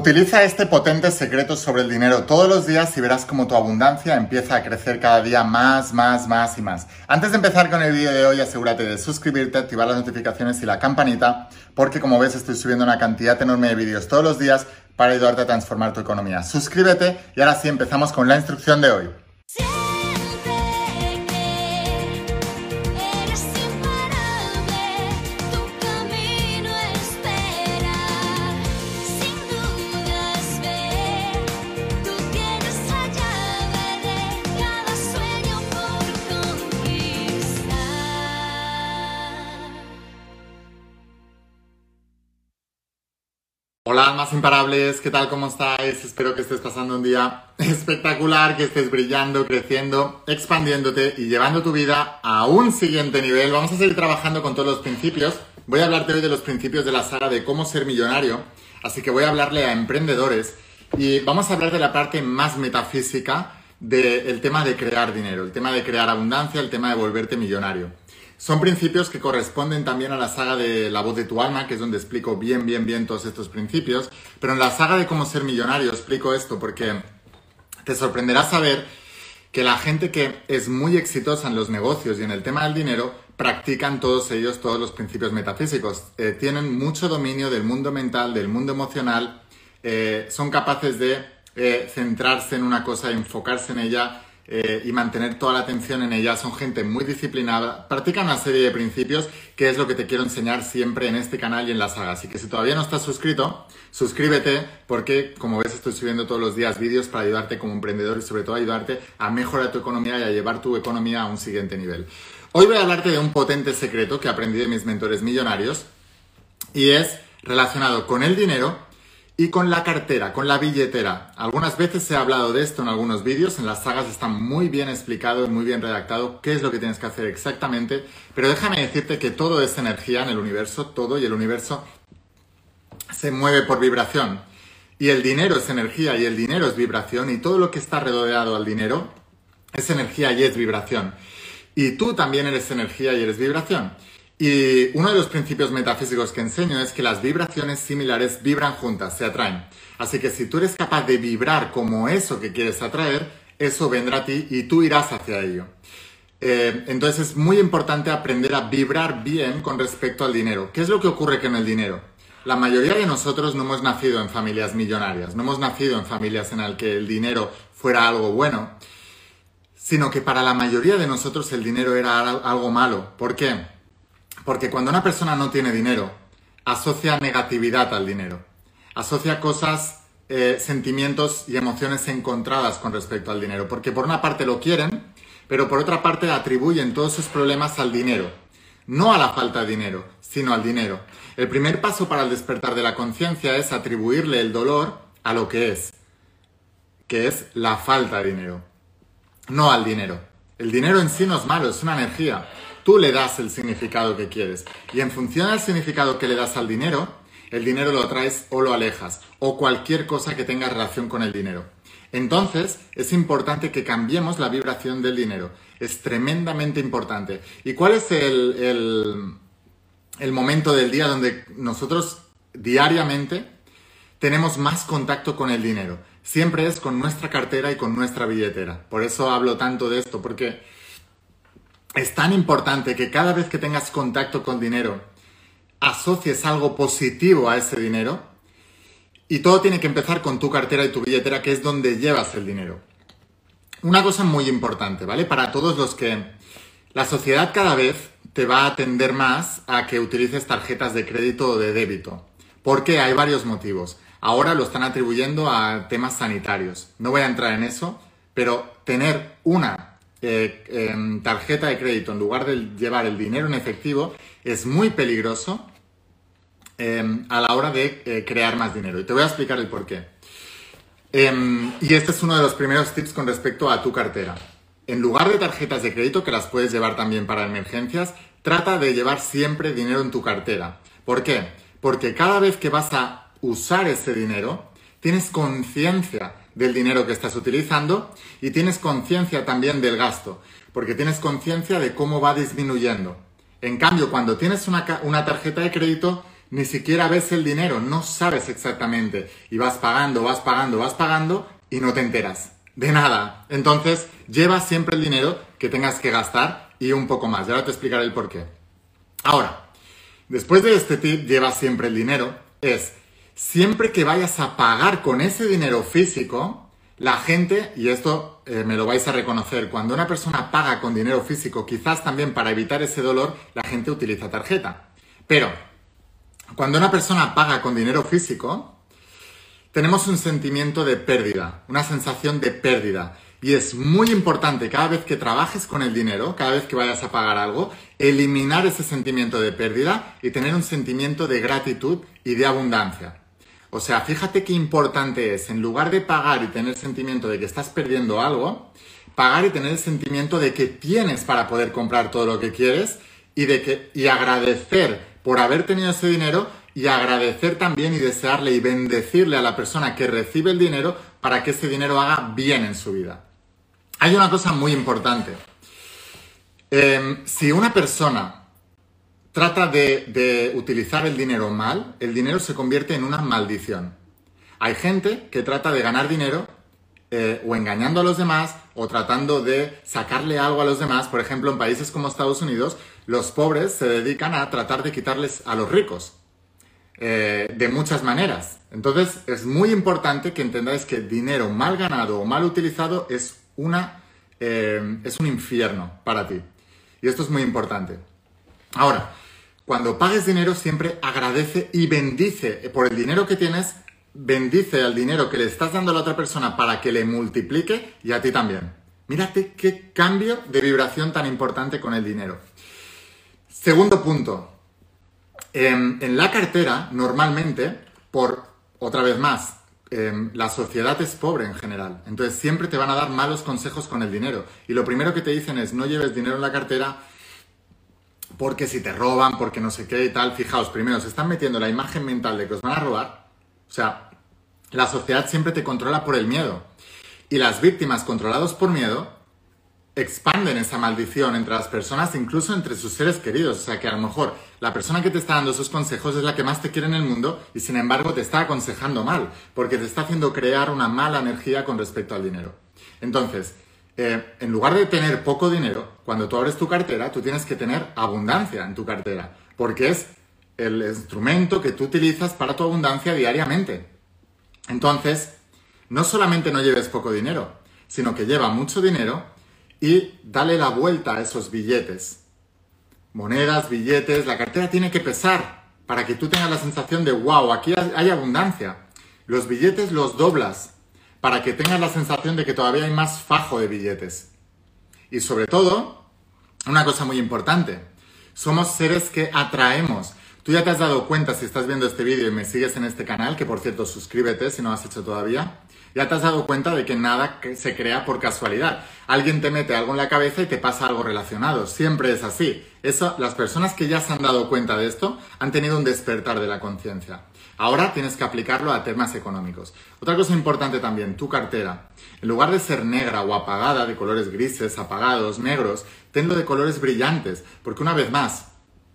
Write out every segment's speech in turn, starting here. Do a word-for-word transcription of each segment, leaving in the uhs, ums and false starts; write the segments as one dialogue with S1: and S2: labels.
S1: Utiliza este potente secreto sobre el dinero todos los días y verás cómo tu abundancia empieza a crecer cada día más, más, más y más. Antes de empezar con el vídeo de hoy, asegúrate de suscribirte, activar las notificaciones y la campanita, porque como ves estoy subiendo una cantidad enorme de vídeos todos los días para ayudarte a transformar tu economía. Suscríbete y ahora sí empezamos con la instrucción de hoy. Hola, almas imparables, ¿qué tal? ¿Cómo estáis? Espero que estés pasando un día espectacular, que estés brillando, creciendo, expandiéndote y llevando tu vida a un siguiente nivel. Vamos a seguir trabajando con todos los principios. Voy a hablarte hoy de los principios de la saga de cómo ser millonario, así que voy a hablarle a emprendedores y vamos a hablar de la parte más metafísica del tema de crear dinero, el tema de crear abundancia, el tema de volverte millonario. Son principios que corresponden también a la saga de La voz de tu alma, que es donde explico bien, bien, bien todos estos principios. Pero en la saga de cómo ser millonario explico esto porque te sorprenderá saber que la gente que es muy exitosa en los negocios y en el tema del dinero practican todos ellos todos los principios metafísicos. Eh, tienen mucho dominio del mundo mental, del mundo emocional, eh, son capaces de eh, centrarse en una cosa, enfocarse en ella, Eh, y mantener toda la atención en ella. Son gente muy disciplinada, practican una serie de principios que es lo que te quiero enseñar siempre en este canal y en la saga. Así que si todavía no estás suscrito, suscríbete porque, como ves, estoy subiendo todos los días vídeos para ayudarte como emprendedor y sobre todo ayudarte a mejorar tu economía y a llevar tu economía a un siguiente nivel. Hoy voy a hablarte de un potente secreto que aprendí de mis mentores millonarios y es relacionado con el dinero y con la cartera, con la billetera. Algunas veces he hablado de esto en algunos vídeos, en las sagas está muy bien explicado y muy bien redactado qué es lo que tienes que hacer exactamente, pero déjame decirte que todo es energía en el universo, todo, y el universo se mueve por vibración. Y el dinero es energía y el dinero es vibración y todo lo que está rodeado al dinero es energía y es vibración. Y tú también eres energía y eres vibración. Y uno de los principios metafísicos que enseño es que las vibraciones similares vibran juntas, se atraen. Así que si tú eres capaz de vibrar como eso que quieres atraer, eso vendrá a ti y tú irás hacia ello. Eh, entonces es muy importante aprender a vibrar bien con respecto al dinero. ¿Qué es lo que ocurre con el dinero? La mayoría de nosotros no hemos nacido en familias millonarias, no hemos nacido en familias en las que el dinero fuera algo bueno, sino que para la mayoría de nosotros el dinero era algo malo. ¿Por qué? Porque cuando una persona no tiene dinero, asocia negatividad al dinero. Asocia cosas, eh, sentimientos y emociones encontradas con respecto al dinero. Porque por una parte lo quieren, pero por otra parte atribuyen todos sus problemas al dinero. No a la falta de dinero, sino al dinero. El primer paso para el despertar de la conciencia es atribuirle el dolor a lo que es, que es la falta de dinero, no al dinero. El dinero en sí no es malo, es una energía. Tú le das el significado que quieres y en función del significado que le das al dinero, el dinero lo atraes o lo alejas o cualquier cosa que tenga relación con el dinero. Entonces, es importante que cambiemos la vibración del dinero. Es tremendamente importante. ¿Y cuál es el, el, el momento del día donde nosotros diariamente tenemos más contacto con el dinero? Siempre es con nuestra cartera y con nuestra billetera. Por eso hablo tanto de esto, porque es tan importante que cada vez que tengas contacto con dinero, asocies algo positivo a ese dinero y todo tiene que empezar con tu cartera y tu billetera, que es donde llevas el dinero. Una cosa muy importante, ¿vale? Para todos los que la sociedad cada vez te va a tender más a que utilices tarjetas de crédito o de débito. ¿Por qué? Hay varios motivos. Ahora lo están atribuyendo a temas sanitarios. No voy a entrar en eso, pero tener una Eh, eh, tarjeta de crédito en lugar de llevar el dinero en efectivo es muy peligroso eh, a la hora de eh, crear más dinero. Y te voy a explicar el por qué. Eh, y este es uno de los primeros tips con respecto a tu cartera. En lugar de tarjetas de crédito, que las puedes llevar también para emergencias, trata de llevar siempre dinero en tu cartera. ¿Por qué? Porque cada vez que vas a usar ese dinero, tienes conciencia del dinero que estás utilizando y tienes conciencia también del gasto, porque tienes conciencia de cómo va disminuyendo. En cambio, cuando tienes una, una tarjeta de crédito, ni siquiera ves el dinero, no sabes exactamente. Y vas pagando, vas pagando, vas pagando y no te enteras de nada. Entonces, lleva siempre el dinero que tengas que gastar y un poco más. Y ahora te explicaré el por qué. Ahora, después de este tip, lleva siempre el dinero, es siempre que vayas a pagar con ese dinero físico, la gente, y esto eh, me lo vais a reconocer, cuando una persona paga con dinero físico, quizás también para evitar ese dolor, la gente utiliza tarjeta. Pero, cuando una persona paga con dinero físico, tenemos un sentimiento de pérdida, una sensación de pérdida. Y es muy importante cada vez que trabajes con el dinero, cada vez que vayas a pagar algo, eliminar ese sentimiento de pérdida y tener un sentimiento de gratitud y de abundancia. O sea, fíjate qué importante es, en lugar de pagar y tener sentimiento de que estás perdiendo algo, pagar y tener el sentimiento de que tienes para poder comprar todo lo que quieres y, de que, y agradecer por haber tenido ese dinero y agradecer también y desearle y bendecirle a la persona que recibe el dinero para que ese dinero haga bien en su vida. Hay una cosa muy importante. Eh, si una persona trata de, de utilizar el dinero mal, el dinero se convierte en una maldición. Hay gente que trata de ganar dinero eh, o engañando a los demás o tratando de sacarle algo a los demás. Por ejemplo, en países como Estados Unidos, los pobres se dedican a tratar de quitarles a los ricos. Eh, de muchas maneras. Entonces, es muy importante que entendáis que dinero mal ganado o mal utilizado es, una, eh, es un infierno para ti. Y esto es muy importante. Ahora, cuando pagues dinero, siempre agradece y bendice por el dinero que tienes, bendice al dinero que le estás dando a la otra persona para que le multiplique y a ti también. Mírate qué cambio de vibración tan importante con el dinero. Segundo punto. En, en la cartera, normalmente, por, otra vez más, eh, la sociedad es pobre en general. Entonces siempre te van a dar malos consejos con el dinero. Y lo primero que te dicen es no lleves dinero en la cartera porque si te roban, porque no sé qué y tal. Fijaos, primero, se están metiendo la imagen mental de que os van a robar. O sea, la sociedad siempre te controla por el miedo. Y las víctimas controlados por miedo expanden esa maldición entre las personas, incluso entre sus seres queridos. O sea, que a lo mejor la persona que te está dando esos consejos es la que más te quiere en el mundo y sin embargo te está aconsejando mal, porque te está haciendo crear una mala energía con respecto al dinero. Entonces, eh, en lugar de tener poco dinero, cuando tú abres tu cartera, tú tienes que tener abundancia en tu cartera, porque es el instrumento que tú utilizas para tu abundancia diariamente. Entonces, no solamente no lleves poco dinero, sino que lleva mucho dinero y dale la vuelta a esos billetes. Monedas, billetes, la cartera tiene que pesar para que tú tengas la sensación de wow, aquí hay abundancia. Los billetes los doblas para que tengas la sensación de que todavía hay más fajo de billetes. Y sobre todo, una cosa muy importante, somos seres que atraemos. Tú ya te has dado cuenta si estás viendo este vídeo y me sigues en este canal, que por cierto suscríbete si no lo has hecho todavía. Ya te has dado cuenta de que nada se crea por casualidad. Alguien te mete algo en la cabeza y te pasa algo relacionado. Siempre es así. Eso, las personas que ya se han dado cuenta de esto han tenido un despertar de la conciencia. Ahora tienes que aplicarlo a temas económicos. Otra cosa importante también, tu cartera. En lugar de ser negra o apagada, de colores grises, apagados, negros, tenlo de colores brillantes. Porque una vez más,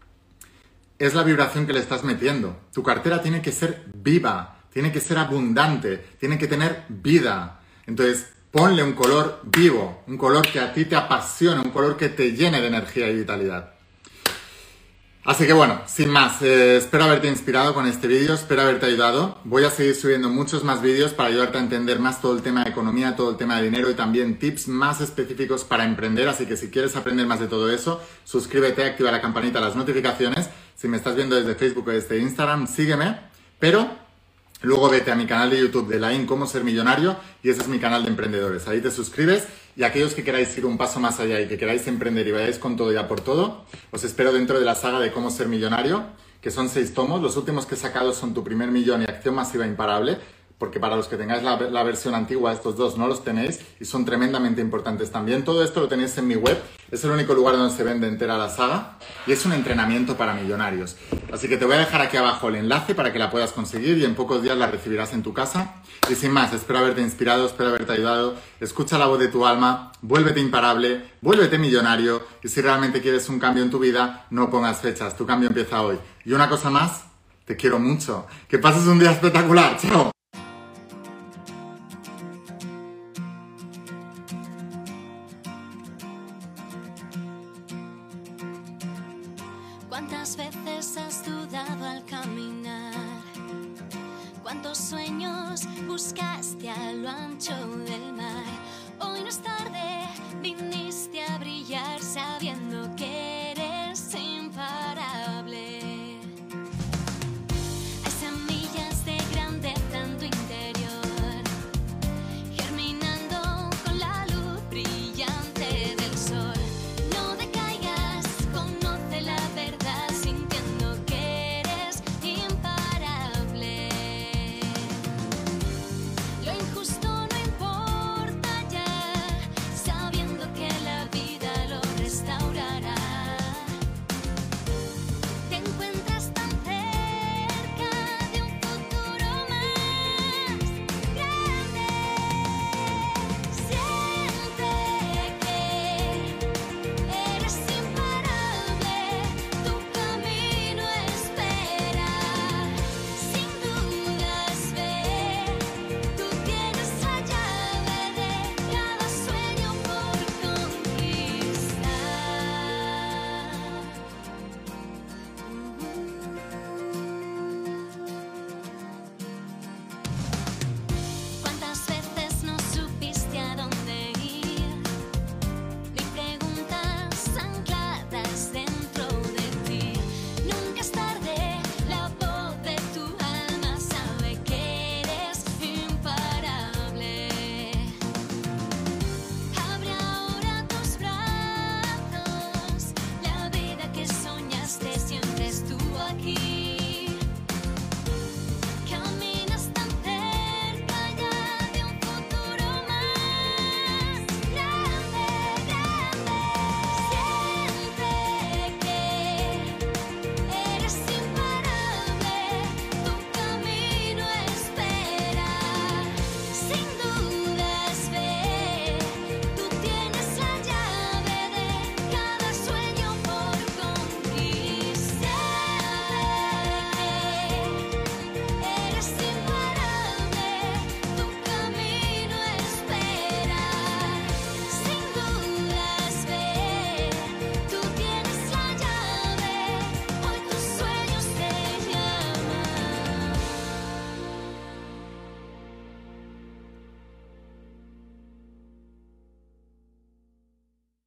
S1: es la vibración que le estás metiendo. Tu cartera tiene que ser viva. Tiene que ser abundante, tiene que tener vida. Entonces, ponle un color vivo, un color que a ti te apasione, un color que te llene de energía y vitalidad. Así que bueno, sin más, eh, espero haberte inspirado con este vídeo, espero haberte ayudado. Voy a seguir subiendo muchos más vídeos para ayudarte a entender más todo el tema de economía, todo el tema de dinero y también tips más específicos para emprender. Así que si quieres aprender más de todo eso, suscríbete, activa la campanita, las notificaciones. Si me estás viendo desde Facebook o desde Instagram, sígueme. Pero luego vete a mi canal de YouTube de Laín Cómo Ser Millonario y ese es mi canal de emprendedores. Ahí te suscribes y aquellos que queráis ir un paso más allá y que queráis emprender y vayáis con todo y a por todo, os espero dentro de la saga de Cómo Ser Millonario, que son seis tomos. Los últimos que he sacado son Tu Primer Millón y Acción Masiva Imparable, porque para los que tengáis la, la versión antigua, estos dos no los tenéis y son tremendamente importantes también. Todo esto lo tenéis en mi web, es el único lugar donde se vende entera la saga y es un entrenamiento para millonarios. Así que te voy a dejar aquí abajo el enlace para que la puedas conseguir y en pocos días la recibirás en tu casa. Y sin más, espero haberte inspirado, espero haberte ayudado. Escucha la voz de tu alma, vuélvete imparable, vuélvete millonario y si realmente quieres un cambio en tu vida, no pongas fechas, tu cambio empieza hoy. Y una cosa más, Te quiero mucho. Que pases un día espectacular. Chao.
S2: ¿Cuántas veces has dudado al caminar? ¿Cuántos sueños buscaste a lo ancho del mar? Hoy no es tarde, viniste a brillar sabiendo que